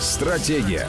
Стратегия.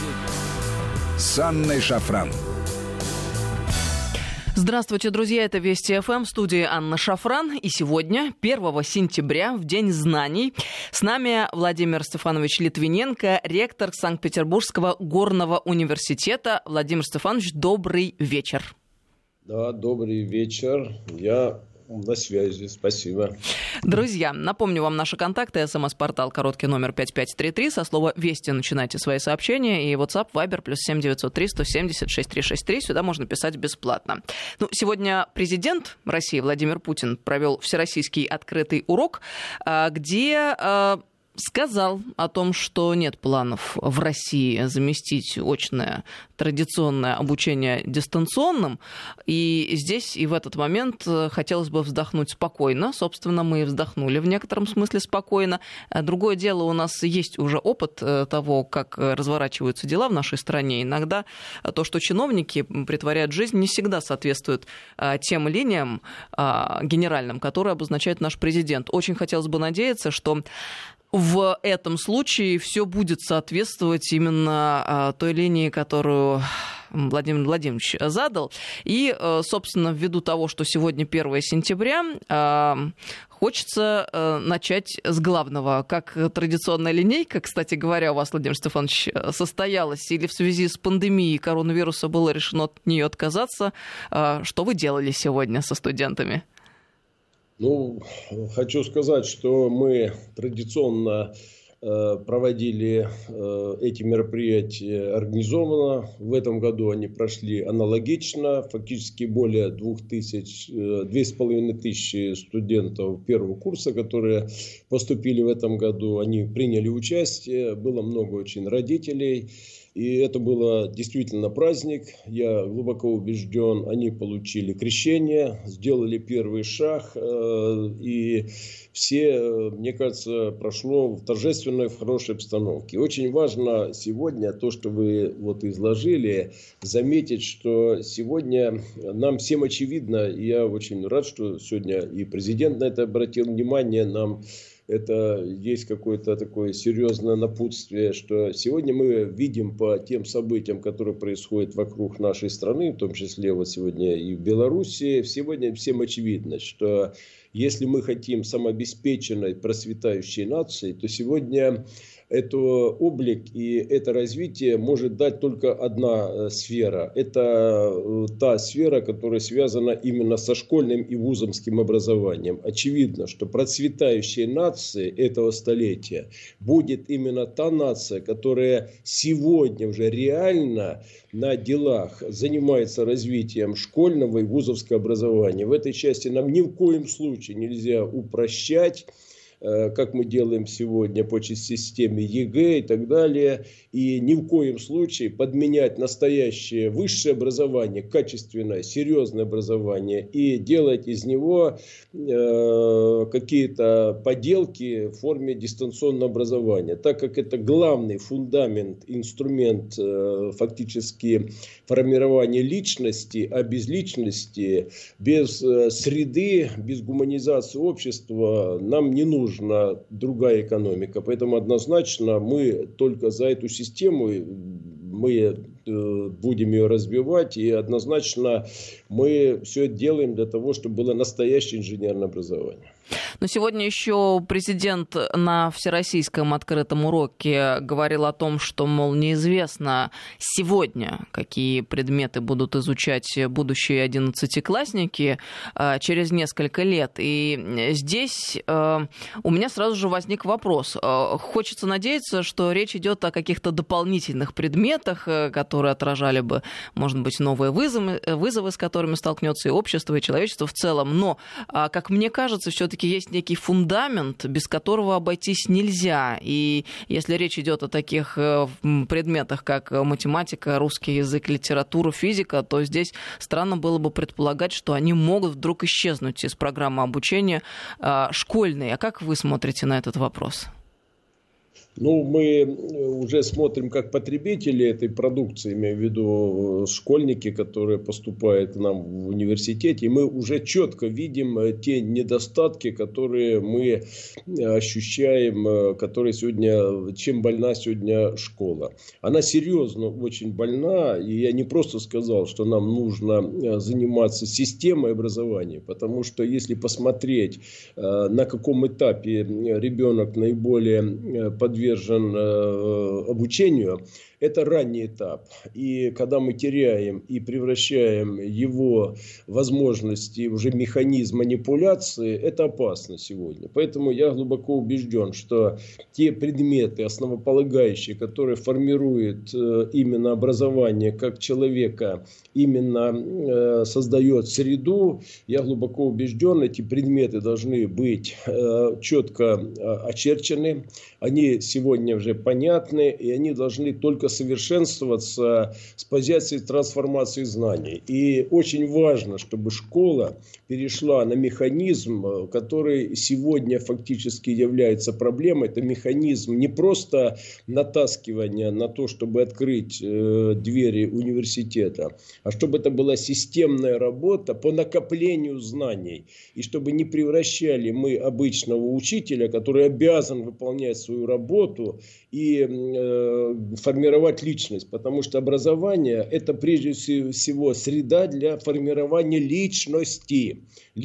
С Анной Шафран. Здравствуйте, друзья, это Вести ФМ, в студии Анна Шафран. И сегодня, 1 сентября, в День знаний, с нами Владимир Стефанович Литвиненко, ректор Санкт-Петербургского горного университета. Владимир Стефанович, добрый вечер. Да, добрый вечер. Я на связи, спасибо. Друзья, напомню вам наши контакты. СМС-портал короткий номер 5533. Со слова «Вести» начинайте свои сообщения. И WhatsApp, Viber, +7 903 170 6363. Сюда можно писать бесплатно. Сегодня президент России Владимир Путин провел всероссийский открытый урок, где сказал о том, что нет планов в России заместить очное традиционное обучение дистанционным. И здесь и в этот момент хотелось бы вздохнуть спокойно. Собственно, мы и вздохнули в некотором смысле спокойно. Другое дело, у нас есть уже опыт того, как разворачиваются дела в нашей стране. Иногда то, что чиновники притворяют жизнь, не всегда соответствует тем линиям генеральным, которые обозначает наш президент. Очень хотелось бы надеяться, что в этом случае все будет соответствовать именно той линии, которую Владимир Владимирович задал. И, собственно, ввиду того, что сегодня 1 сентября, хочется начать с главного. Как традиционная линейка, кстати говоря, у вас, Владимир Стефанович, состоялась, или в связи с пандемией коронавируса было решено от нее отказаться? Что вы делали сегодня со студентами? Хочу сказать, что мы традиционно проводили эти мероприятия организованно. В этом году они прошли аналогично. Фактически более 2500 студентов первого курса, которые поступили в этом году, они приняли участие. Было много очень родителей. И это было действительно праздник. Я глубоко убежден, они получили крещение, сделали первый шаг. И все, мне кажется, прошло в торжественной, в хорошей обстановке. Очень важно сегодня то, что вы изложили, заметить, что сегодня нам всем очевидно, и я очень рад, что сегодня и президент на это обратил внимание, нам это есть какое-то такое серьезное напутствие, что сегодня мы видим по тем событиям, которые происходят вокруг нашей страны, в том числе сегодня и в Беларуси, сегодня всем очевидно, что если мы хотим самообеспеченной, процветающей нации, то сегодня этот облик и это развитие может дать только одна сфера. Это та сфера, которая связана именно со школьным и вузовским образованием. Очевидно, что процветающей нацией этого столетия будет именно та нация, которая сегодня уже реально на делах занимается развитием школьного и вузовского образования. В этой части нам ни в коем случае нельзя упрощать, как мы делаем сегодня по системе ЕГЭ и так далее, и ни в коем случае подменять настоящее высшее образование, качественное, серьезное образование, и делать из него какие-то поделки в форме дистанционного образования, так как это главный фундамент, инструмент фактически формирования личности, а без личности, без среды, без гуманизации общества нам не нужна другая экономика. Поэтому однозначно мы только за эту систему, мы будем ее развивать, и однозначно мы все это делаем для того, чтобы было настоящее инженерное образование. Но сегодня еще президент на всероссийском открытом уроке говорил о том, что, мол, неизвестно сегодня, какие предметы будут изучать будущие 11-классники через несколько лет. И здесь у меня сразу же возник вопрос. Хочется надеяться, что речь идет о каких-то дополнительных предметах, которые отражали бы, может быть, новые вызовы, с которыми столкнется и общество, и человечество в целом. Но, как мне кажется, все-таки есть некий фундамент, без которого обойтись нельзя. И если речь идет о таких предметах, как математика, русский язык, литература, физика, то здесь странно было бы предполагать, что они могут вдруг исчезнуть из программы обучения школьной. А как вы смотрите на этот вопрос? Ну, мы уже смотрим как потребители этой продукции, имею в виду школьники, которые поступают к нам в университете, и мы уже четко видим те недостатки, которые мы ощущаем, которые сегодня, чем больна сегодня школа. Она серьезно очень больна, и я не просто сказал, что нам нужно заниматься системой образования, потому что если посмотреть, на каком этапе ребенок наиболее подвержен обучению, это ранний этап. И когда мы теряем и превращаем его возможности уже механизм манипуляции, это опасно сегодня. Поэтому я глубоко убежден, что те предметы основополагающие, которые формируют именно образование как человека, именно создает среду, я глубоко убежден, эти предметы должны быть четко очерчены, они сегодня уже понятны, и они должны только совершенствоваться с позиции трансформации знаний. И очень важно, чтобы школа перешла на механизм, который сегодня фактически является проблемой. Это механизм не просто натаскивания на то, чтобы открыть двери университета, а чтобы это была системная работа по накоплению знаний. И чтобы не превращали мы обычного учителя, который обязан выполнять свою работу и формировать личность. Потому что образование – это прежде всего среда для формирования личности.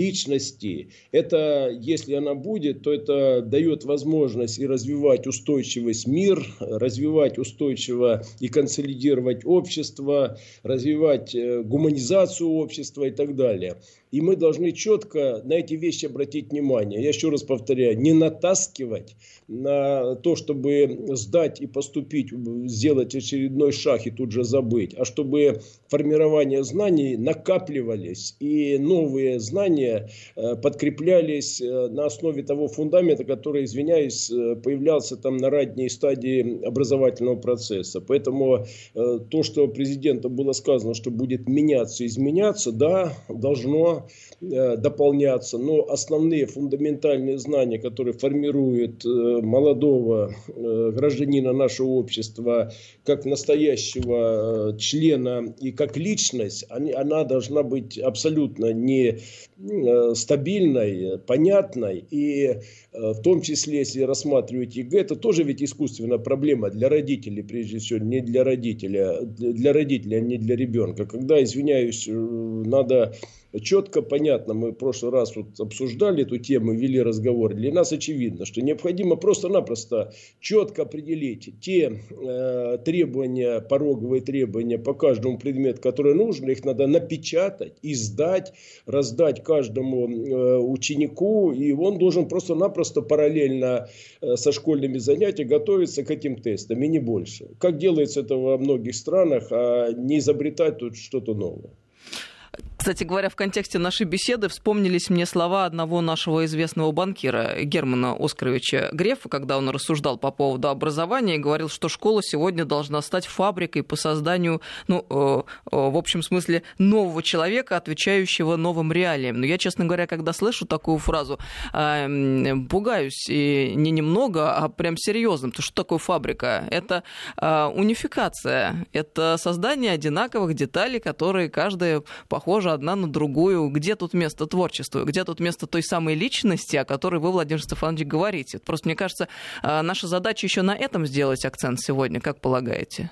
Это, если она будет, то это дает возможность и развивать устойчивость мир, развивать устойчиво и консолидировать общество, развивать гуманизацию общества и так далее. И мы должны четко на эти вещи обратить внимание. Я еще раз повторяю, не натаскивать на то, чтобы сдать и поступить, сделать очередной шаг и тут же забыть, а чтобы формирование знаний накапливались и новые знания подкреплялись на основе того фундамента, который, извиняюсь, появлялся там на ранней стадии образовательного процесса. Поэтому то, что президенту было сказано, что будет меняться, изменяться, да, должно дополняться, но основные фундаментальные знания, которые формируют молодого гражданина нашего общества как настоящего члена и как личность, она должна быть абсолютно не стабильной, понятной, и в том числе, если рассматривать ЕГЭ, это тоже ведь искусственная проблема для родителей, прежде всего, не для родителя, а не для ребенка. Когда, извиняюсь, надо четко, понятно, мы в прошлый раз вот обсуждали эту тему, вели разговор, для нас очевидно, что необходимо просто-напросто четко определить те требования, пороговые требования по каждому предмету, которые нужны, их надо напечатать, издать, раздать каждому ученику, и он должен просто-напросто параллельно со школьными занятиями готовиться к этим тестам, и не больше. Как делается это во многих странах, а не изобретать тут что-то новое. Кстати говоря, в контексте нашей беседы вспомнились мне слова одного нашего известного банкира Германа Оскаровича Грефа, когда он рассуждал по поводу образования и говорил, что школа сегодня должна стать фабрикой по созданию, в общем смысле, нового человека, отвечающего новым реалиям. Но я, честно говоря, когда слышу такую фразу, пугаюсь, и не немного, а прям серьезно. Потому что такое фабрика? Это унификация, это создание одинаковых деталей, которые каждая похожа одна на другую. Где тут место творчеству? Где тут место той самой личности, о которой вы, Владимир Стефанович, говорите? Просто, мне кажется, наша задача еще на этом сделать акцент сегодня. Как полагаете?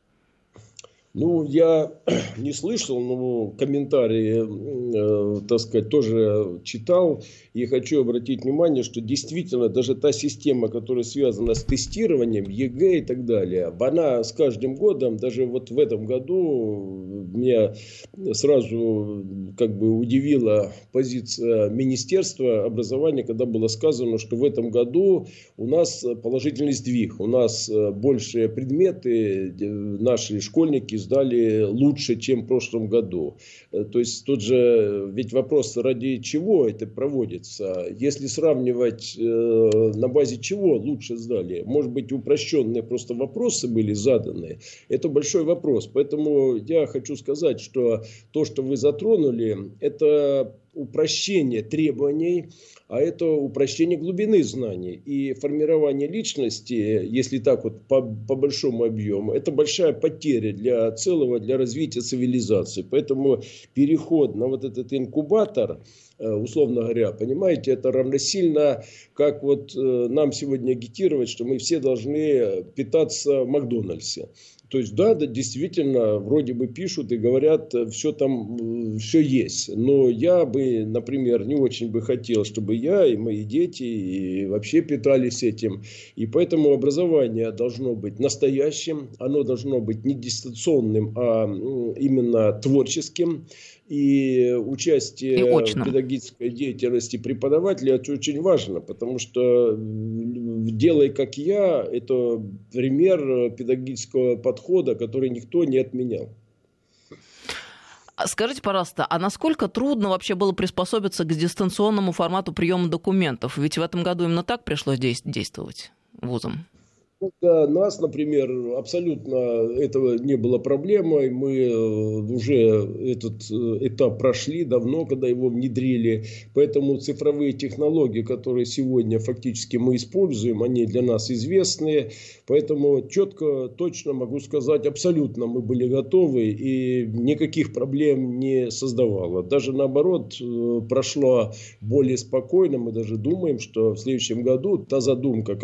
Ну, я не слышал, но комментарии, так сказать, тоже читал. И хочу обратить внимание, что действительно даже та система, которая связана с тестированием, ЕГЭ и так далее, она с каждым годом, даже вот в этом году, меня сразу как бы удивила позиция Министерства образования, когда было сказано, что в этом году у нас положительный сдвиг. У нас больше предметы, наши школьники сдали лучше, чем в прошлом году. То есть тут же ведь вопрос, ради чего это проводится. Если сравнивать, на базе чего лучше сдали, может быть, упрощенные просто вопросы были заданы, это большой вопрос. Поэтому я хочу сказать, что то, что вы затронули, это упрощение требований, а это упрощение глубины знаний. И формирование личности, если так вот по большому объему, это большая потеря для целого, для развития цивилизации. Поэтому переход на вот этот инкубатор, условно говоря, понимаете, это равносильно, как вот нам сегодня агитировать, что мы все должны питаться в Макдональдсе. То есть, да, действительно, вроде бы пишут и говорят, все там, все есть. Но я бы, например, не очень бы хотел, чтобы я и мои дети и вообще питались этим. И поэтому образование должно быть настоящим, оно должно быть не дистанционным, а именно творческим. И участие в педагогической деятельности преподавателя это очень важно, потому что «делай как я» – это пример педагогического подхода, который никто не отменял. Скажите, пожалуйста, а насколько трудно вообще было приспособиться к дистанционному формату приема документов? Ведь в этом году именно так пришлось действовать вузам. Для нас, например, абсолютно этого не было проблемой. Мы уже этот этап прошли давно, когда его внедрили. Поэтому цифровые технологии, которые сегодня фактически мы используем, они для нас известны. Поэтому четко, точно могу сказать, абсолютно мы были готовы и никаких проблем не создавало. Даже наоборот, прошло более спокойно. Мы даже думаем, что в следующем году та задумка,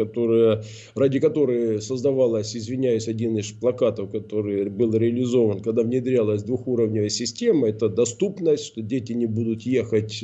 ради которой создавалась, извиняюсь, один из плакатов, который был реализован, когда внедрялась двухуровневая система, это доступность, что дети не будут ехать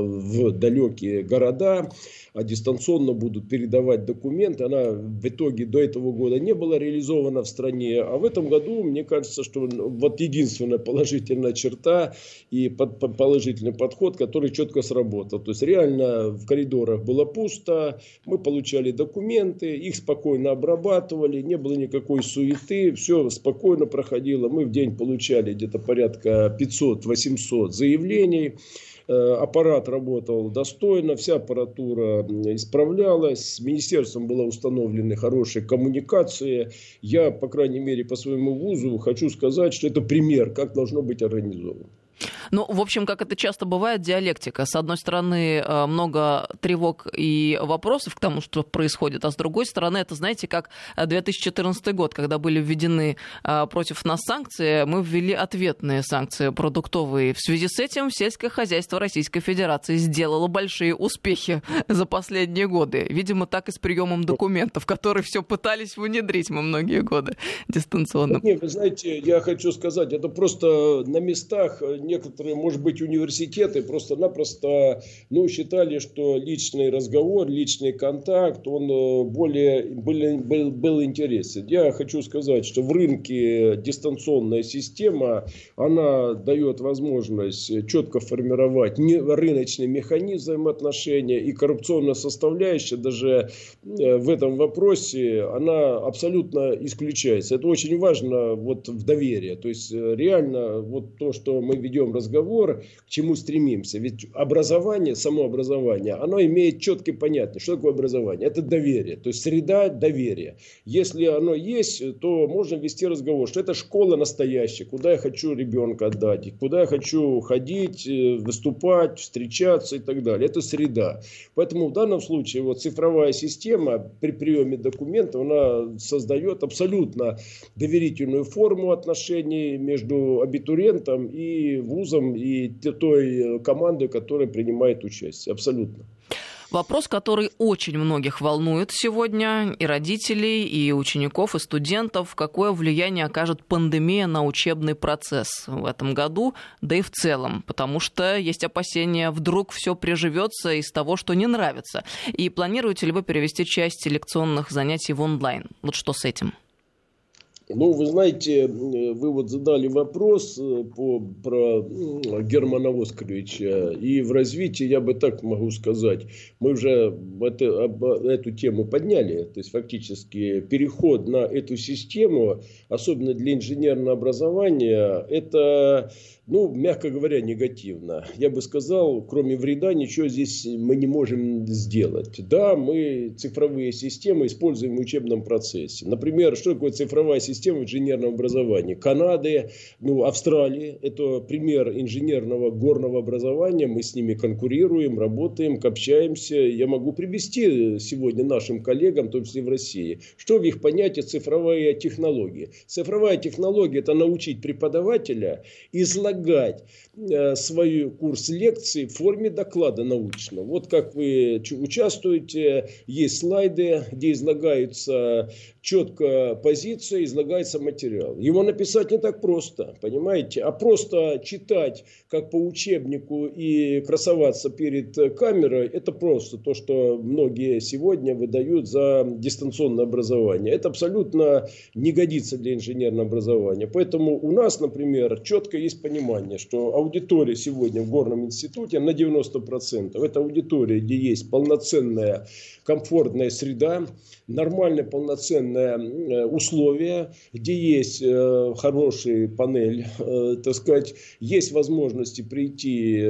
в далекие города, а дистанционно будут передавать документы. Она в итоге до этого года не была реализована в стране, а в этом году, мне кажется, что вот единственная положительная черта и положительный подход, который четко сработал. То есть реально в коридорах было пусто, мы получали документы, их спокойно обрабатывали, не было никакой суеты, все спокойно проходило. Мы в день получали где-то порядка 500-800 заявлений. Аппарат работал достойно, вся аппаратура исправлялась, с министерством была установлены хорошие коммуникации. Я, по крайней мере, по своему вузу хочу сказать, что это пример, как должно быть организовано. Ну, в общем, как это часто бывает, диалектика. С одной стороны, много тревог и вопросов к тому, что происходит, а с другой стороны, это, знаете, как 2014 год, когда были введены против нас санкции, мы ввели ответные санкции продуктовые. В связи с этим сельское хозяйство Российской Федерации сделало большие успехи за последние годы. Видимо, так и с приемом документов, которые все пытались внедрить мы многие годы дистанционно. Нет, вы знаете, я хочу сказать, это просто на местах некоторые, может быть, университеты просто-напросто считали, что личный разговор, личный контакт, он более был интересен. Я хочу сказать, что в рынке дистанционная система, она дает возможность четко формировать рыночный механизм взаимоотношения, и коррупционная составляющая даже в этом вопросе, она абсолютно исключается. Это очень важно вот в доверии. То есть реально вот то, что мы ведем разговор, к чему стремимся. Ведь образование, само образование, оно имеет четкое понятие. Что такое образование? Это доверие. То есть среда доверия. Если оно есть, то можно вести разговор, что это школа настоящая, куда я хочу ребенка отдать, куда я хочу ходить, выступать, встречаться и так далее. Это среда. Поэтому в данном случае вот цифровая система при приеме документов, она создает абсолютно доверительную форму отношений между абитуриентом и вузом, и той командой, которая принимает участие. Абсолютно. Вопрос, который очень многих волнует сегодня, и родителей, и учеников, и студентов. Какое влияние окажет пандемия на учебный процесс в этом году, да и в целом? Потому что есть опасения, вдруг все приживется из того, что не нравится. И планируете ли вы перевести часть лекционных занятий в онлайн? Вот что с этим? Ну, вы знаете, вы вот задали вопрос про Германа Оскаровича. И в развитии, я бы так могу сказать, мы уже эту тему подняли. То есть, фактически, переход на эту систему, особенно для инженерного образования, это, мягко говоря, негативно. Я бы сказал, кроме вреда, ничего здесь мы не можем сделать. Да, мы цифровые системы используем в учебном процессе. Например, что такое цифровая система систему инженерного образования. Канады, Австралии – это пример инженерного горного образования. Мы с ними конкурируем, работаем, общаемся. Я могу привести сегодня нашим коллегам, в том числе в России, что в их понятии цифровая технология. Цифровая технология – это научить преподавателя излагать свой курс лекций в форме доклада научного. Вот как вы участвуете, есть слайды, где излагаются четко позиция, излагается материал. Его написать не так просто, понимаете, а просто читать как по учебнику и красоваться перед камерой, это просто то, что многие сегодня выдают за дистанционное образование. Это абсолютно не годится для инженерного образования. Поэтому у нас, например, четко есть понимание, что аудитория сегодня в Горном институте на 90%. Это аудитория, где есть полноценная комфортная среда, нормальные полноценные условия, где есть хороший панель, так сказать, есть возможности прийти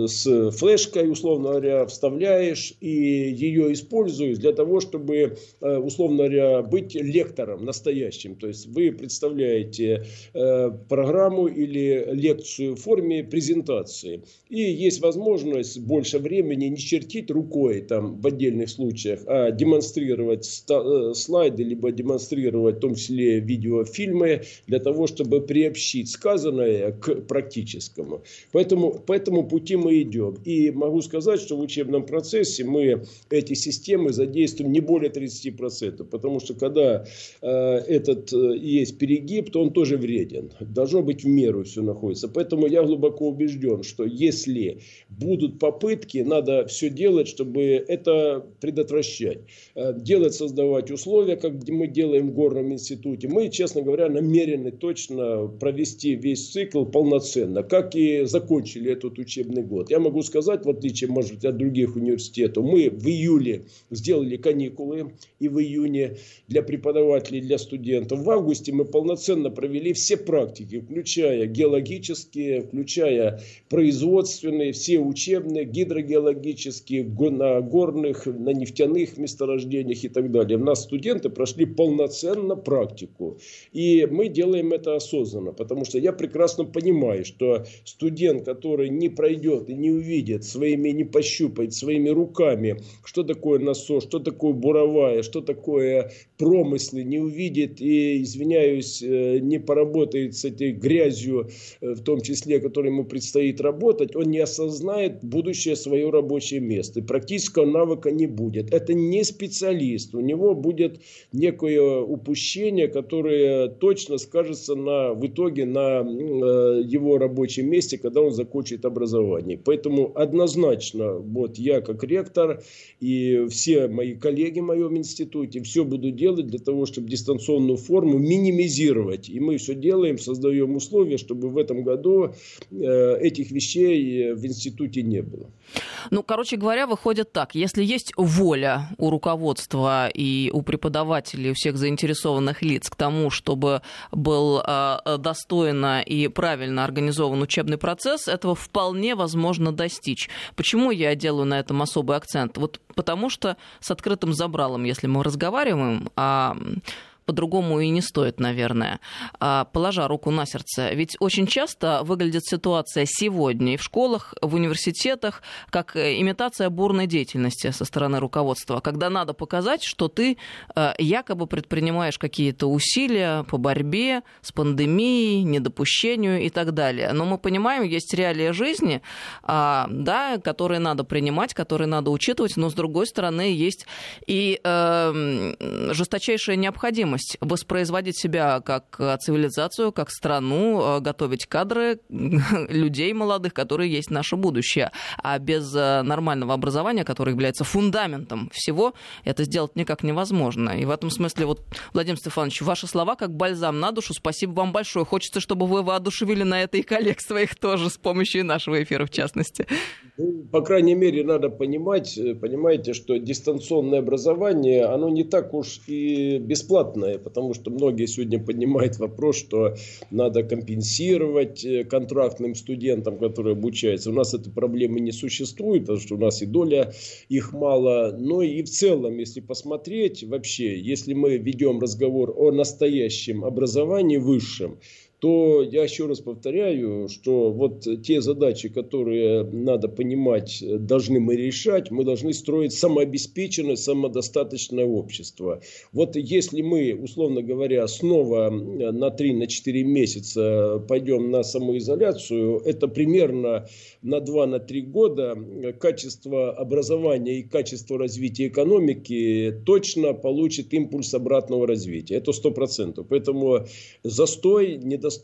с флешкой, условно говоря, вставляешь и ее используешь для того, чтобы, условно говоря, быть лектором настоящим. То есть вы представляете программу или лекцию в форме презентации. И есть возможность больше времени не чертить рукой там, в отдельных случаях, а демонстрировать слайды, либо демонстрировать в том числе видеофильмы для того, чтобы приобщить сказанное к практическому. Поэтому по этому пути мы идем. И могу сказать, что в учебном процессе мы эти системы задействуем не более 30%. Потому что когда этот есть перегиб, то он тоже вреден. Должно быть в меру все находится. Поэтому я глубоко убежден, что если будут попытки, надо все делать, чтобы это предотвращать. Делать, создавать условия, как мы делаем в Горном институте. Мы, честно говоря, намерены точно провести весь цикл полноценно, как и закончили этот учебный год. Я могу сказать, в отличие, может быть, от других университетов, мы в июле сделали каникулы и в июне для преподавателей, для студентов. В августе мы полноценно провели все практики, включая геологические, включая производственные, все учебные, гидрогеологические, на горных, на нефтяных месторождениях и так далее. У нас студенты прошли полноценно практику. И мы делаем это осознанно, потому что я прекрасно понимаю, что студент, который не пройдет и не увидит своими, не пощупает своими руками, что такое насос, что такое буровая, что такое промыслы, не увидит и, извиняюсь, не поработает с этой грязью, в том числе, которой ему предстоит работать, он не осознает будущее свое рабочее место. И практического навыка не будет. Это не специалист. У него будет некое упущение, которое точно скажется в итоге на его рабочем месте, когда он закончит образование. Поэтому однозначно, вот я как ректор и все мои коллеги в моем институте, все буду делать для того, чтобы дистанционную форму минимизировать. И мы все делаем, создаем условия, чтобы в этом году этих вещей в институте не было. Ну, короче говоря, выходит так. Если есть воля у руководства и у преподавателей, у всех заинтересованных лиц к тому, чтобы был достойно и правильно организован учебный процесс, этого вполне возможно достичь. Почему я делаю на этом особый акцент? Вот потому что с открытым забралом, если мы разговариваем, по-другому и не стоит, наверное, положа руку на сердце. Ведь очень часто выглядит ситуация сегодня и в школах, в университетах, как имитация бурной деятельности со стороны руководства, когда надо показать, что ты якобы предпринимаешь какие-то усилия по борьбе с пандемией, недопущению и так далее. Но мы понимаем, есть реалии жизни, да, которые надо принимать, которые надо учитывать, но, с другой стороны, есть и жесточайшая необходимость воспроизводить себя как цивилизацию, как страну, готовить кадры людей молодых, которые есть наше будущее. А без нормального образования, которое является фундаментом всего, это сделать никак невозможно. И в этом смысле, вот, Владимир Стефанович, ваши слова как бальзам на душу. Спасибо вам большое. Хочется, чтобы вы воодушевили на это и коллег своих тоже с помощью нашего эфира, в частности. Ну, по крайней мере, надо понимать, понимаете, что дистанционное образование, оно не так уж и бесплатно. бесплатное, потому что многие сегодня поднимают вопрос, что надо компенсировать контрактным студентам, которые обучаются. У нас этой проблемы не существует, потому что у нас и доля их мало. Но и в целом, если посмотреть вообще, если мы ведем разговор о настоящем образовании высшем, то я еще раз повторяю, что вот те задачи, которые надо понимать, должны мы решать, мы должны строить самообеспеченное, самодостаточное общество. Вот если мы, условно говоря, снова на 3-4 месяца пойдем на самоизоляцию, это примерно на 2-3 года качество образования и качество развития экономики точно получит импульс обратного развития. Это 100%. Поэтому застой, недостаток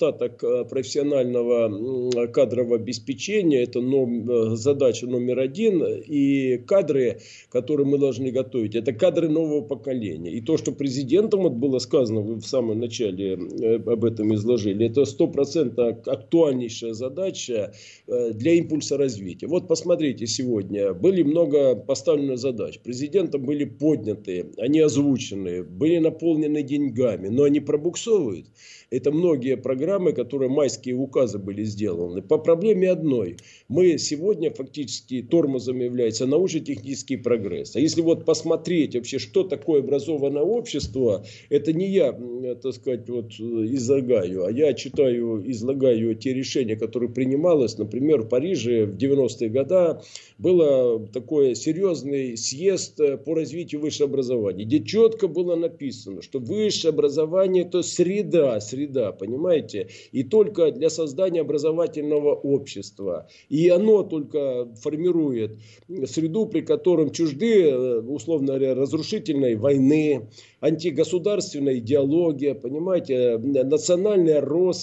профессионального кадрового обеспечения – это задача номер один. И кадры, которые мы должны готовить, это кадры нового поколения. И то, что президентом вот было сказано, вы в самом начале об этом изложили, это 100% актуальнейшая задача для импульса развития. Вот посмотрите, сегодня были много поставлено задач. Президентом были подняты, они озвучены, были наполнены деньгами, но они пробуксовывают. Это многие программы, которые майские указы были сделаны. По проблеме одной. Мы сегодня фактически тормозом является научно-технический прогресс. А если вот посмотреть вообще, что такое образованное общество, это не я, так сказать, вот излагаю, а я излагаю те решения, которые принималось. Например, в Париже в 90-е годы был такой серьезный съезд по развитию высшего образования, где четко было написано, что высшее образование – это среда, понимаете? И только для создания образовательного общества. И оно только формирует среду, при котором чужды, условно говоря, разрушительной войны, антигосударственная идеология, понимаете, национальная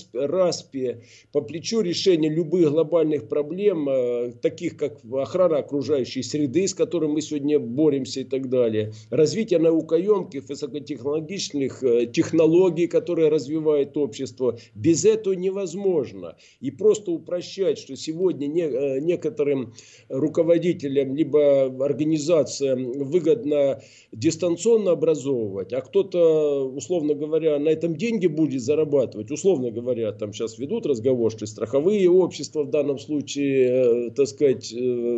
распи, по плечу решения любых глобальных проблем, таких как охрана окружающей среды, с которой мы сегодня боремся и так далее, развитие наукоемких, высокотехнологичных технологий, которые развивает общество. Без этого невозможно. И просто упрощать, что сегодня некоторым руководителям либо организациям выгодно дистанционно образовывать, а кто-то, условно говоря, на этом деньги будет зарабатывать. Условно говоря, там сейчас ведут разговор, что страховые общества в данном случае, так сказать,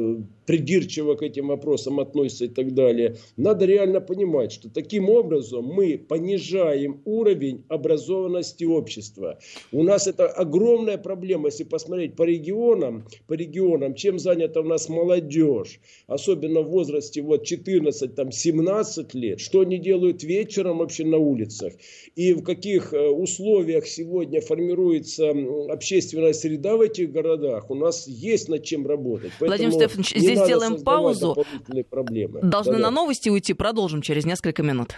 придирчиво к этим вопросам относятся и так далее. Надо реально понимать, что таким образом мы понижаем уровень образованности общества. У нас это огромная проблема, если посмотреть по регионам, чем занята у нас молодежь, особенно в возрасте вот 14-17 лет, что они делают вечером вообще на улицах, и в каких условиях сегодня формируется общественная среда в этих городах, у нас есть над чем работать. Владимир Стефанович, здесь сделаем паузу. Должны на новости уйти, продолжим через несколько минут.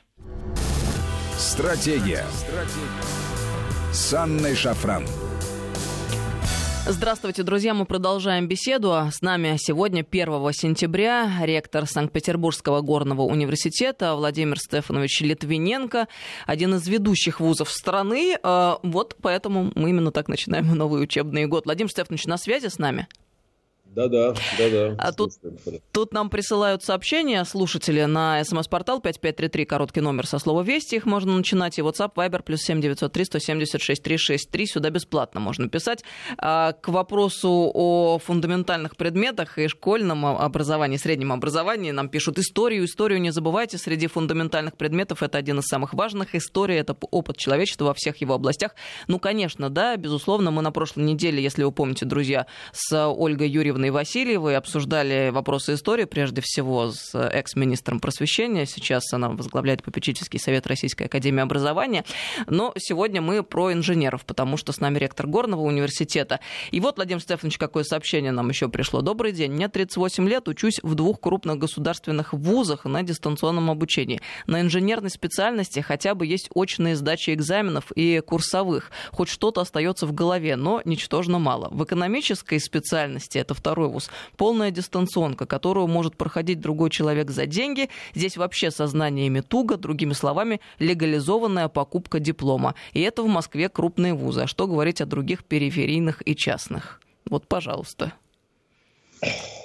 Стратегия. С Анной Шафран. Здравствуйте, друзья. Мы продолжаем беседу. С нами сегодня, 1 сентября, ректор Санкт-Петербургского горного университета Владимир Стефанович Литвиненко, один из ведущих вузов страны. Вот поэтому мы именно так начинаем новый учебный год. Владимир Стефанович, на связи с нами? Да. А тут нам присылают сообщения слушатели на СМС-портал 5533, короткий номер со слова «Вести». Их можно начинать. И WhatsApp, Viber, +7 903 176 363. Сюда бесплатно можно писать. К вопросу о фундаментальных предметах и школьном образовании, среднем образовании нам пишут историю. Историю не забывайте. Среди фундаментальных предметов это один из самых важных. История — это опыт человечества во всех его областях. Ну, конечно, да, безусловно. Мы на прошлой неделе, если вы помните, друзья, с Ольгой Юрьевной Васильевой обсуждали вопросы истории, прежде всего с экс-министром просвещения. Сейчас она возглавляет попечительский совет Российской академии образования. Но сегодня мы про инженеров, потому что с нами ректор Горного университета. И вот, Владимир Стефанович, какое сообщение нам еще пришло. Добрый день. Мне 38 лет, учусь в 2 крупных государственных вузах на дистанционном обучении. На инженерной специальности хотя бы есть очные сдачи экзаменов и курсовых. Хоть что-то остается в голове, но ничтожно мало. В экономической специальности, это второй вуз, полная дистанционка, которую может проходить другой человек за деньги. Здесь вообще со знаниями туго, другими словами, легализованная покупка диплома. И это в Москве крупные вузы. А что говорить о других периферийных и частных? Вот, пожалуйста.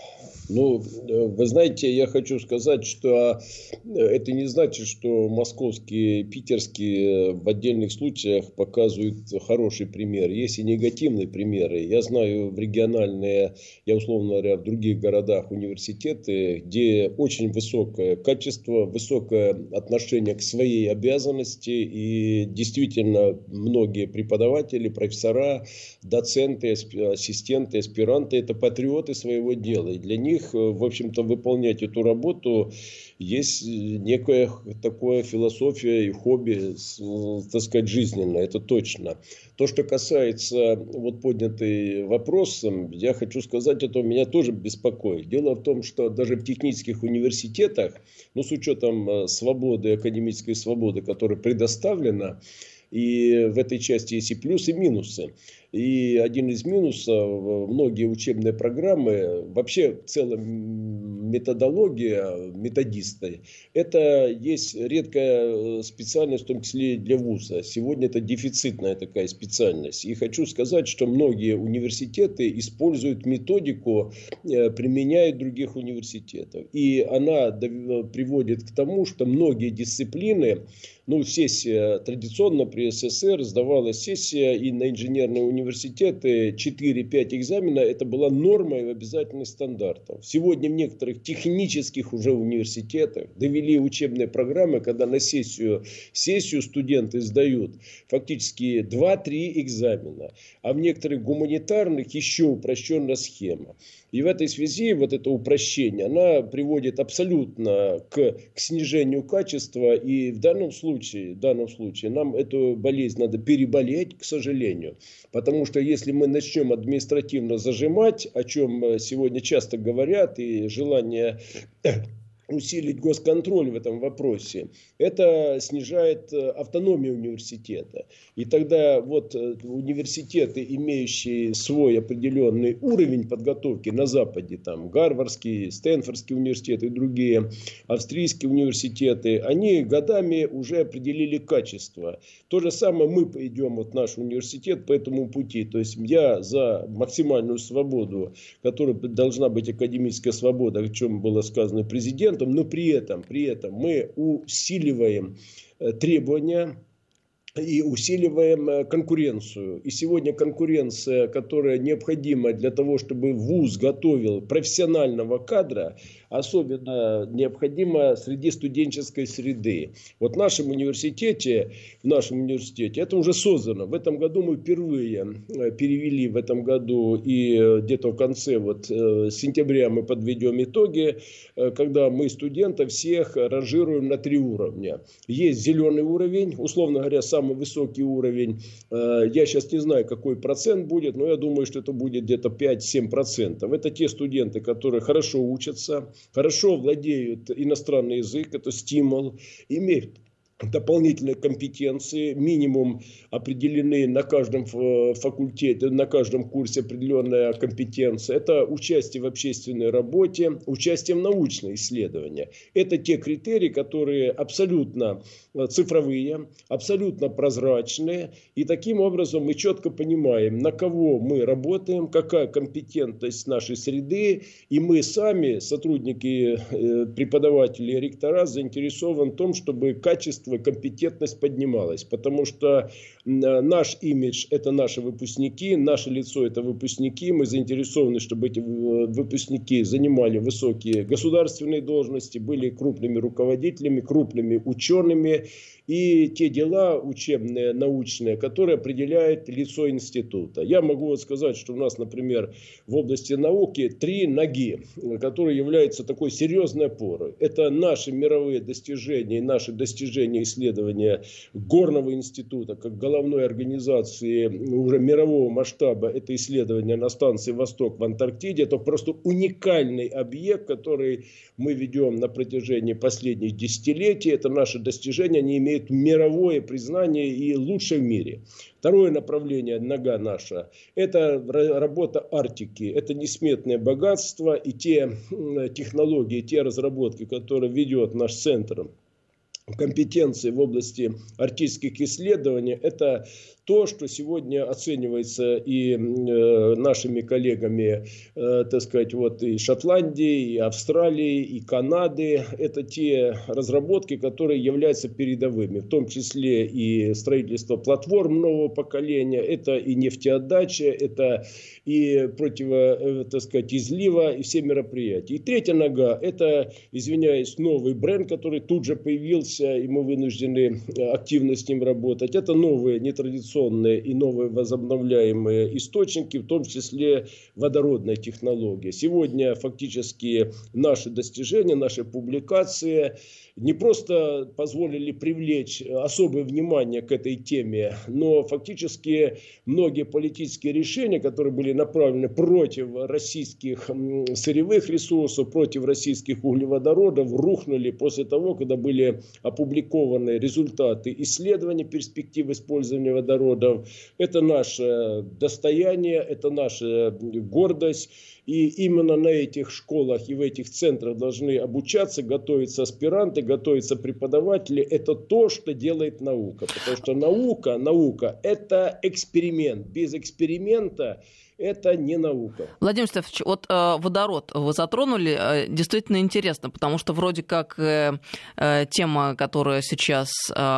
Ну, вы знаете, я хочу сказать, что это не значит, что московские, питерские в отдельных случаях показывают хороший пример. Есть и негативные примеры. Я знаю в региональные, я условно говоря, в других городах университеты, где очень высокое качество, высокое отношение к своей обязанности. И действительно многие преподаватели, профессора, доценты, ассистенты, аспиранты – это патриоты своего дела. И для них, в общем-то, выполнять эту работу есть некая такая философия и хобби, так сказать, жизненное, это точно. То, что касается вот поднятый вопросом, я хочу сказать, это меня тоже беспокоит. Дело в том, что даже в технических университетах, ну, с учетом свободы, академической свободы, которая предоставлена, и в этой части есть и плюсы, и минусы. И один из минусов, многие учебные программы, вообще в целом методология, методисты, это есть редкая специальность, в том числе и для вуза. Сегодня это дефицитная такая специальность. И хочу сказать, что многие университеты используют методику, применяют в других университетах. И она приводит к тому, что многие дисциплины, ну, сессия традиционно при СССР сдавалась сессия, и на инженерные университеты 4-5 экзамена это была нормой в обязательных стандартах. Сегодня в некоторых технических уже университетах довели учебные программы, когда на сессию студенты сдают фактически 2-3 экзамена, а в некоторых гуманитарных еще упрощенная схема. И в этой связи вот это упрощение, она приводит абсолютно к снижению качества. И в данном случае нам эту болезнь надо переболеть, к сожалению. Потому что если мы начнем административно зажимать, о чем сегодня часто говорят, и желание усилить госконтроль в этом вопросе, это снижает автономию университета. И тогда вот университеты, имеющие свой определенный уровень подготовки на Западе, там Гарвардский, Стэнфордский университет и другие австрийские университеты, они годами уже определили качество. То же самое мы пойдем, вот наш университет, по этому пути. То есть я за максимальную свободу, которая должна быть академическая свобода, о чем было сказано президентом, но при этом мы усиливаем требования и усиливаем конкуренцию. И сегодня конкуренция, которая необходима для того, чтобы вуз готовил профессионального кадра, особенно необходима среди студенческой среды. Вот в нашем университете это уже создано. В этом году мы впервые перевели в этом году, и где-то в конце сентября мы подведем итоги, когда мы студентов всех ранжируем на 3 уровня. Есть зеленый уровень, условно говоря, самый высокий уровень. Я сейчас не знаю, какой процент будет, но я думаю, что это будет где-то 5-7%. Это те студенты, которые хорошо учатся, хорошо владеют иностранный язык, это стимул, имеют дополнительные компетенции, минимум определены на каждом факультете, на каждом курсе определенная компетенция. Это участие в общественной работе, участие в научных исследованиях. Это те критерии, которые абсолютно цифровые, абсолютно прозрачные. И таким образом мы четко понимаем, на кого мы работаем, какая компетентность нашей среды. И мы сами, сотрудники, преподаватели и ректора, заинтересованы в том, чтобы качество, компетентность поднималась, потому что наш имидж – это наши выпускники, наше лицо – это выпускники, мы заинтересованы, чтобы эти выпускники занимали высокие государственные должности, были крупными руководителями, крупными учеными, и те дела учебные, научные, которые определяет лицо института. Я могу сказать, что у нас, например, в области науки 3 ноги, которые являются такой серьезной опорой. Это наши мировые достижения, наши достижения исследования Горного института, как головной организации уже мирового масштаба. Это исследование на станции «Восток» в Антарктиде. Это просто уникальный объект, который мы ведем на протяжении последних десятилетий. Это наши достижения, они имеют мировое признание и лучшее в мире. Второе направление, нога наша, это работа Арктики. Это несметное богатство и те технологии, те разработки, которые ведет наш центр компетенции в области арктических исследований, это то, что сегодня оценивается и нашими коллегами, так сказать, вот и Шотландии, и Австралии, и Канады. Это те разработки, которые являются передовыми, в том числе и строительство платформ нового поколения, это и нефтеотдача, это и так сказать, излива, и все мероприятия. И третья нога, это, извиняюсь, новый бренд, который тут же появился, и мы вынуждены активно с ним работать. Это новые нетрадиционные и новые возобновляемые источники, в том числе водородная технология. Сегодня фактически наши достижения, наши публикации не просто позволили привлечь особое внимание к этой теме, но фактически многие политические решения, которые были направлены против российских сырьевых ресурсов, против российских углеводородов, рухнули после того, когда были опубликованы результаты исследований перспектив использования водородов. Это наше достояние, это наша гордость. И именно на этих школах и в этих центрах должны обучаться, готовиться аспиранты, готовиться преподаватели. Это то, что делает наука. Потому что наука – это эксперимент. Без эксперимента это не наука. Владимир Стефанович, вот водород вы затронули, действительно интересно, потому что вроде как тема, которая сейчас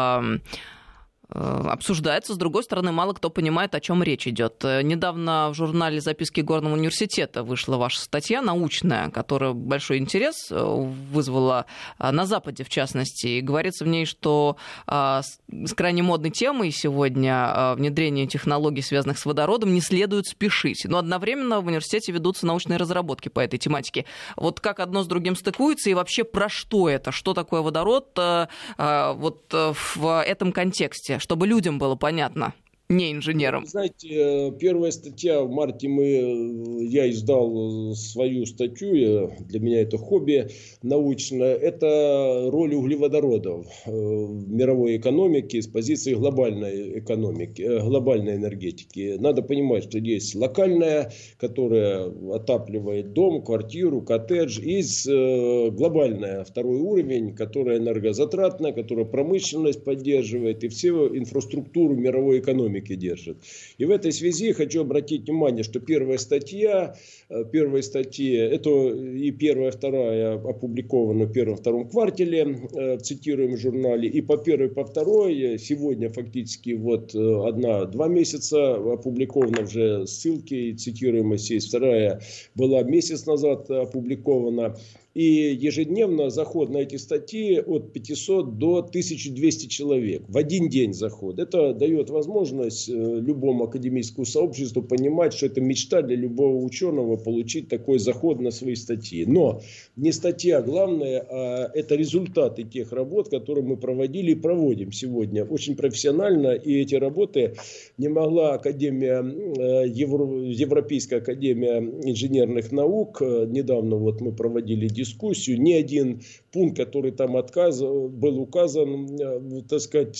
обсуждается, с другой стороны, мало кто понимает, о чем речь идет. Недавно в журнале «Записки Горного университета» вышла ваша статья научная, которая большой интерес вызвала на Западе, в частности. И говорится в ней, что с крайне модной темой сегодня внедрение технологий, связанных с водородом, не следует спешить. Но одновременно в университете ведутся научные разработки по этой тематике. Вот как одно с другим стыкуется и вообще про что это? Что такое водород вот в этом контексте? Чтобы людям было понятно, не инженерам. Знаете, первая статья в марте я издал свою статью, для меня это хобби научное, это роль углеводородов в мировой экономике с позиции глобальной экономики, глобальной энергетики. Надо понимать, что есть локальная, которая отапливает дом, квартиру, коттедж, и есть глобальная, второй уровень, которая энергозатратная, которая промышленность поддерживает и всю инфраструктуру мировой экономики держит. И в этой связи хочу обратить внимание, что первая статья, это и первая, вторая опубликована в первом-втором квартале, цитируем в журнале, и по первой, по второй, сегодня фактически вот 1-2 месяца опубликована уже ссылки, цитируемость есть, вторая была месяц назад опубликована. И ежедневно заход на эти статьи от 500 до 1200 человек. В один день заход. Это дает возможность любому академическому сообществу понимать, что это мечта для любого ученого получить такой заход на свои статьи. Но не статья главное, а это результаты тех работ, которые мы проводили и проводим сегодня. Очень профессионально. И эти работы не могла Европейская академия инженерных наук. Недавно вот мы проводили дискуссию, ни один пункт, который там был указан, так сказать,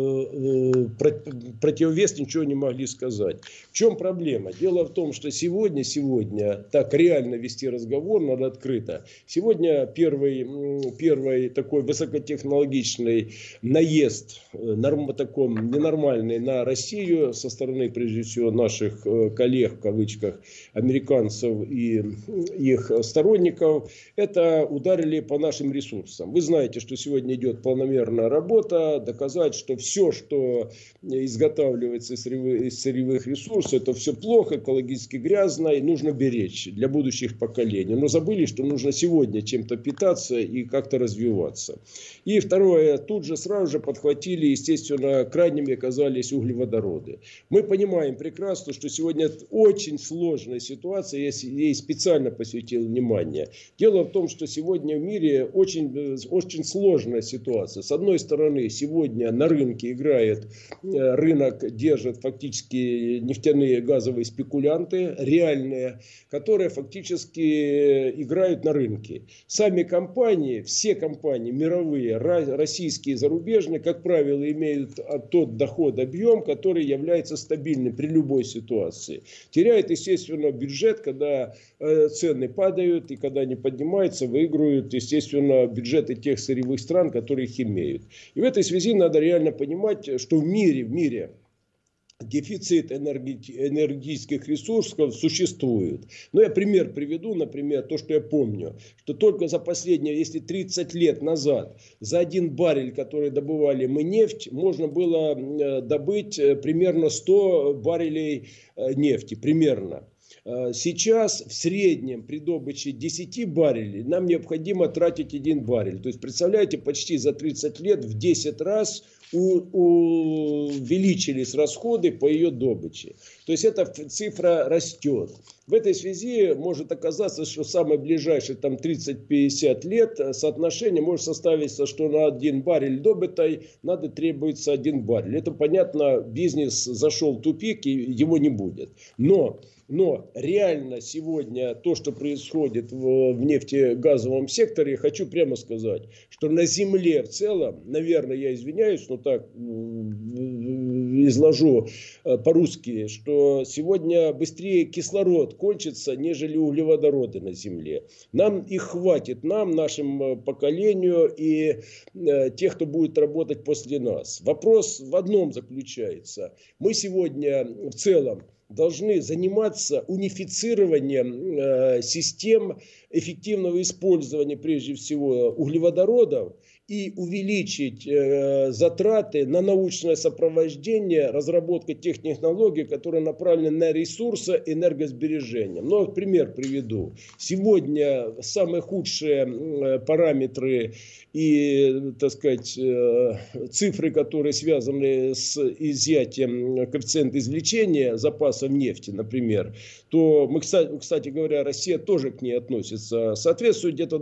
противовес ничего не могли сказать. В чем проблема? Дело в том, что сегодня так реально вести разговор надо открыто. Сегодня первый такой высокотехнологичный наезд, таком ненормальный на Россию со стороны, прежде всего, наших коллег, в кавычках, американцев и их сторонников, это ударили по нашим ресурсам. Вы знаете, что сегодня идет планомерная работа, доказать, что все, что изготавливается из сырьевых ресурсов, это все плохо, экологически грязно и нужно беречь для будущих поколений. Но забыли, что нужно сегодня чем-то питаться и как-то развиваться. И второе, тут же сразу же подхватили, естественно, крайними оказались углеводороды. Мы понимаем прекрасно, что сегодня очень сложная ситуация, я ей специально посвятил внимание. Дело в том, что сегодня в мире очень сложная ситуация. С одной стороны, сегодня на рынке рынок держит фактически нефтяные газовые спекулянты, реальные, которые фактически играют на рынке. Сами компании, все компании мировые, российские и зарубежные, как правило, имеют тот доход, объем, который является стабильным при любой ситуации. Теряет, естественно, бюджет, когда цены падают и когда они поднимаются, выигрывают, естественно, бюджеты тех сырьевых стран, которые их имеют. И в этой связи надо реально понимать, что в мире дефицит энергетических ресурсов существует. Но я пример приведу, например, то, что я помню, что только за последние, если 30 лет назад, за 1 баррель, который добывали мы нефть, можно было добыть примерно 100 баррелей нефти, примерно. Сейчас в среднем при добыче 10 баррелей нам необходимо тратить 1 баррель. То есть, представляете, почти за 30 лет в 10 раз увеличились расходы по ее добыче. То есть эта цифра растет. В этой связи может оказаться, что в самые ближайшие там 30-50 лет соотношение может составить, что на 1 баррель добытой требуется 1 баррель. Это понятно, бизнес зашел в тупик и его не будет. Но реально сегодня то, что происходит в нефтегазовом секторе, хочу прямо сказать, что на Земле в целом, наверное, я извиняюсь, но так изложу по-русски, что сегодня быстрее кислород кончится, нежели углеводороды на Земле. Нам их хватит, нашему поколению и тех, кто будет работать после нас. Вопрос в одном заключается. Мы сегодня в целом должны заниматься унифицированием систем эффективного использования, прежде всего, углеводородов, и увеличить затраты на научное сопровождение, разработку тех технологий, которые направлены на ресурсы энергосбережения. Ну, пример приведу. Сегодня самые худшие параметры и, так сказать, цифры, которые связаны с изъятием коэффициента извлечения запасов нефти, например, то мы, кстати говоря, Россия тоже к ней относится, соответствует где-то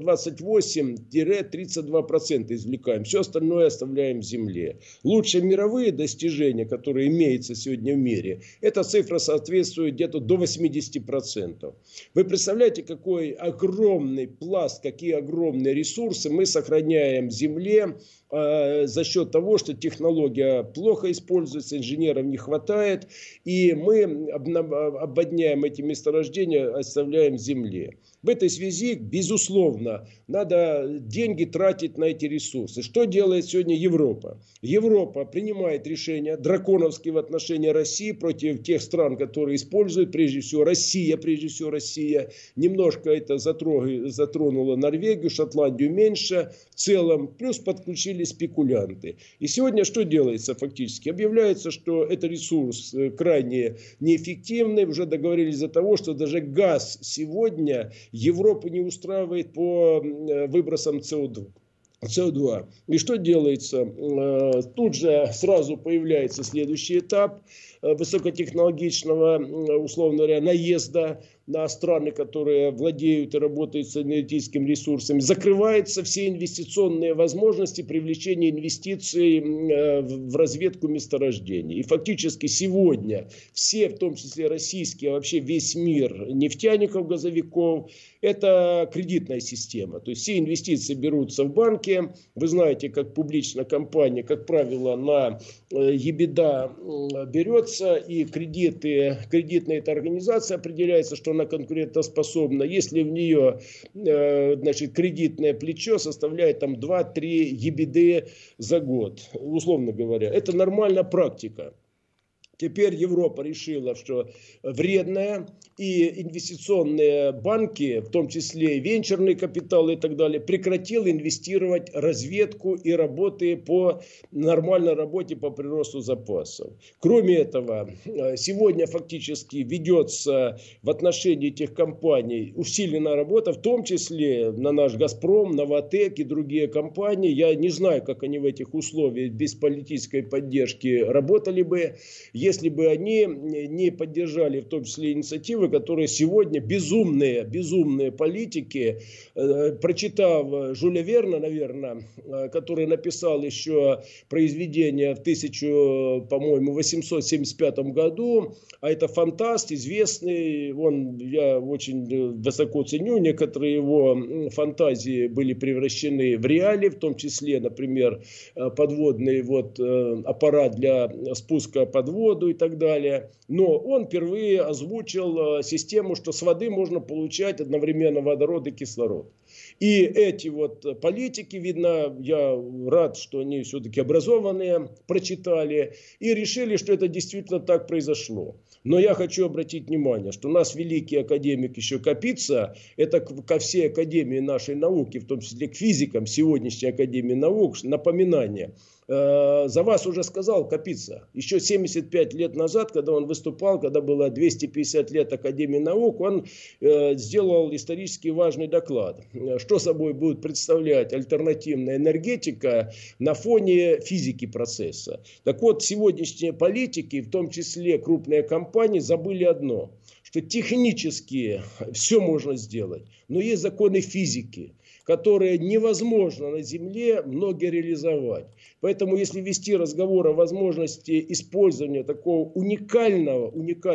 28-32% извлекаем, все остальное оставляем в земле. Лучшие мировые достижения, которые имеются сегодня в мире, эта цифра соответствует где-то до 80%. Вы представляете, какой огромный пласт, какие огромные ресурсы мы сохраняем в земле за счет того, что технология плохо используется, инженеров не хватает, и мы обводняем эти месторождения, оставляем в земле. В этой связи, безусловно, надо деньги тратить на эти ресурсы. Что делает сегодня Европа? Европа принимает решения драконовские в отношении России против тех стран, которые используют, прежде всего Россия. Немножко это затронуло Норвегию, Шотландию меньше. В целом, плюс подключили спекулянты. И сегодня что делается фактически? Объявляется, что это ресурс крайне неэффективный. Уже договорились за того, что даже газ сегодня Европу не устраивает по выбросам СО2. И что делается? Тут же сразу появляется следующий этап высокотехнологичного, условно говоря, наезда на страны, которые владеют и работают с энергетическими ресурсами. Закрываются все инвестиционные возможности привлечения инвестиций в разведку месторождений. И фактически сегодня все, в том числе российские, а вообще весь мир нефтяников, газовиков, это кредитная система. То есть все инвестиции берутся в банки. Вы знаете, как публичная компания, как правило, на EBITDA берется, и кредитная эта организация определяется, что она конкурентоспособна, если в нее кредитное плечо составляет там 2-3 EBITDA за год, условно говоря. Это нормальная практика. Теперь Европа решила, что вредная, и инвестиционные банки, в том числе и венчурный капитал и так далее, прекратил инвестировать в разведку и работы по нормальной работе по приросту запасов. Кроме этого, сегодня фактически ведется в отношении этих компаний усиленная работа, в том числе на наш «Газпром», «Новатэк» и другие компании. Я не знаю, как они в этих условиях без политической поддержки работали бы, если бы они не поддержали в том числе инициативы, которые сегодня безумные политики, прочитав Жюля Верна, наверное, который написал еще произведение в 1875 году, а это фантаст, известный, я очень высоко ценю, некоторые его фантазии были превращены в реалии, в том числе, например, подводный аппарат для спуска под воду и так далее. Но он впервые озвучил систему, что с воды можно получать одновременно водород и кислород. И эти вот политики, видно, я рад, что они все-таки образованные, прочитали и решили, что это действительно так произошло. Но я хочу обратить внимание, что у нас великий академик еще Капица, это ко всей академии нашей науки, в том числе к физикам сегодняшней академии наук, напоминание. За вас уже сказал Капица. Еще 75 лет назад, когда он выступал, когда было 250 лет Академии наук, он сделал исторически важный доклад. Что собой будет представлять альтернативная энергетика на фоне физики процесса. Так вот, сегодняшние политики, в том числе крупные компании, забыли одно. Что технически все можно сделать, но есть законы физики, которые невозможно на Земле многие реализовать. Поэтому, если вести разговор о возможности использования такого уникального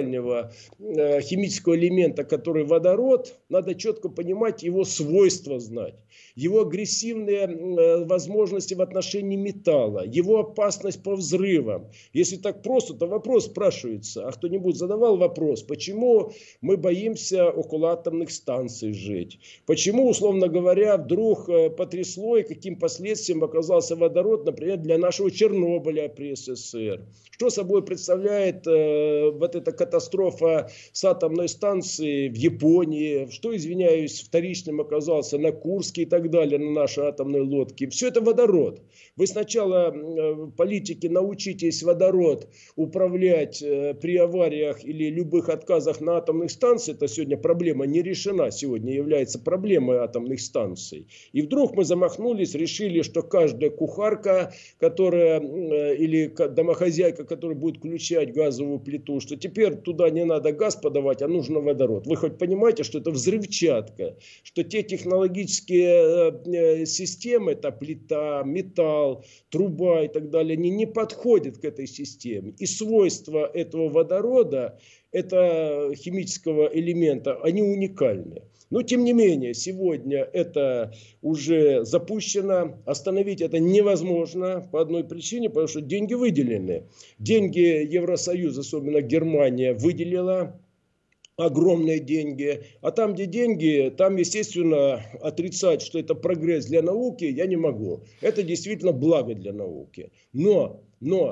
химического элемента, который водород, надо четко понимать его свойства знать, его агрессивные возможности в отношении металла, его опасность по взрывам. Если так просто, то вопрос спрашивается, а кто-нибудь задавал вопрос, почему мы боимся около атомных станций жить? Почему, условно говоря, вдруг потрясло и каким последствиям оказался водород, например, для нашего Чернобыля при СССР? Что собой представляет вот эта катастрофа с атомной станцией в Японии? Что, извиняюсь, вторичным оказался на Курске и так далее, на нашей атомной лодке? Все это водород. Вы сначала, политики, научитесь водород управлять при авариях или любых отказах на атомных станциях. Это сегодня проблема не решена, сегодня является проблемой атомных станций. И вдруг мы замахнулись, решили, что каждая кухарка, которая, или домохозяйка, которая будет включать газовую плиту, что теперь туда не надо газ подавать, а нужно водород. Вы хоть понимаете, что это взрывчатка, что те технологические системы, это плита, металл, труба и так далее, они не подходят к этой системе. И свойства этого водорода, этого химического элемента, они уникальны. Но, тем не менее, сегодня это уже запущено. Остановить это невозможно по одной причине, потому что деньги выделены. Деньги Евросоюза, особенно Германия, выделила огромные деньги. А там, где деньги, там, естественно, отрицать, что это прогресс для науки, я не могу. Это действительно благо для науки. Но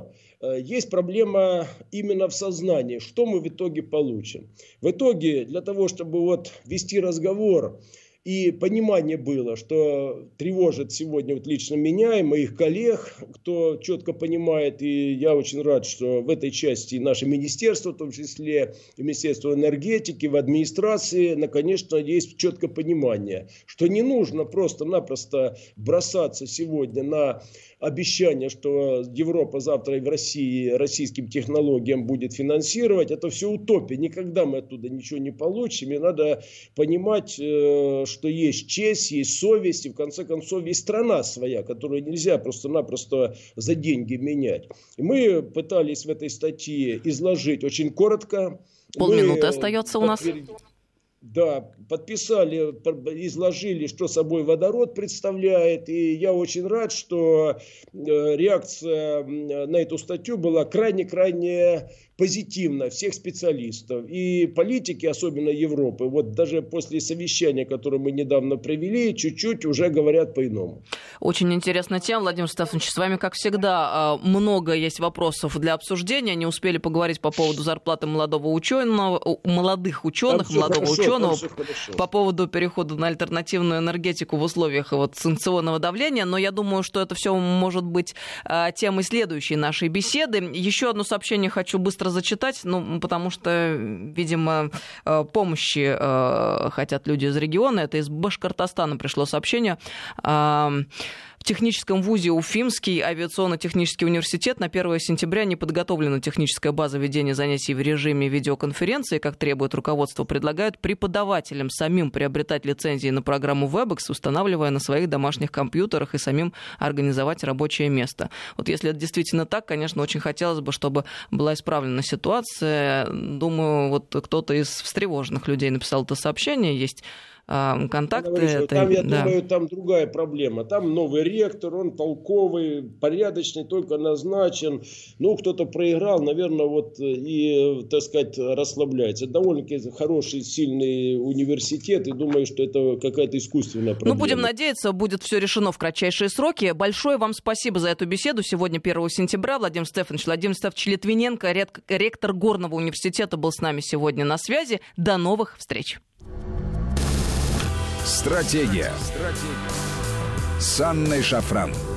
есть проблема именно в сознании. Что мы в итоге получим? В итоге, для того, чтобы вот вести разговор, и понимание было, что тревожит сегодня вот лично меня и моих коллег, кто четко понимает, и я очень рад, что в этой части наше министерство, в том числе и Министерство энергетики, в администрации, конечно, есть четкое понимание, что не нужно просто-напросто бросаться сегодня на обещание, что Европа завтра и в России российским технологиям будет финансировать. Это все утопия. Никогда мы оттуда ничего не получим. И надо понимать, что есть честь, есть совесть. И в конце концов есть страна своя, которую нельзя просто-напросто за деньги менять. И мы пытались в этой статье изложить очень коротко. Полминуты остается у нас. Да, подписали, изложили, что собой водород представляет. И я очень рад, что реакция на эту статью была крайне позитивно всех специалистов. И политики, особенно Европы, вот даже после совещания, которое мы недавно провели, чуть-чуть уже говорят по-иному. Очень интересная тема, Владимир Стефанович. С вами, как всегда, много есть вопросов для обсуждения. Не успели поговорить по поводу зарплаты молодых ученых, по поводу перехода на альтернативную энергетику в условиях санкционного давления. Но я думаю, что это все может быть темой следующей нашей беседы. Еще одно сообщение хочу быстро зачитать, потому что, видимо, помощи хотят люди из региона. Это из Башкортостана пришло сообщение. В техническом вузе Уфимский авиационно-технический университет на 1 сентября не подготовлена техническая база ведения занятий в режиме видеоконференции, как требует руководство. Предлагают преподавателям самим приобретать лицензии на программу WebEx, устанавливая на своих домашних компьютерах и самим организовать рабочее место. Вот если это действительно так, конечно, очень хотелось бы, чтобы была исправлена ситуация. Думаю, вот кто-то из встревоженных людей написал это сообщение. Есть контакты. Там, я думаю, там другая проблема. Там новый ректор, он толковый, порядочный, только назначен. Кто-то проиграл, наверное, так сказать, расслабляется. Довольно-таки хороший, сильный университет, и думаю, что это какая-то искусственная проблема. Будем надеяться, будет все решено в кратчайшие сроки. Большое вам спасибо за эту беседу. Сегодня, 1 сентября, Владимир Стефанович Литвиненко, ректор Горного университета, был с нами сегодня на связи. До новых встреч. Стратегия. С Анной Шафран.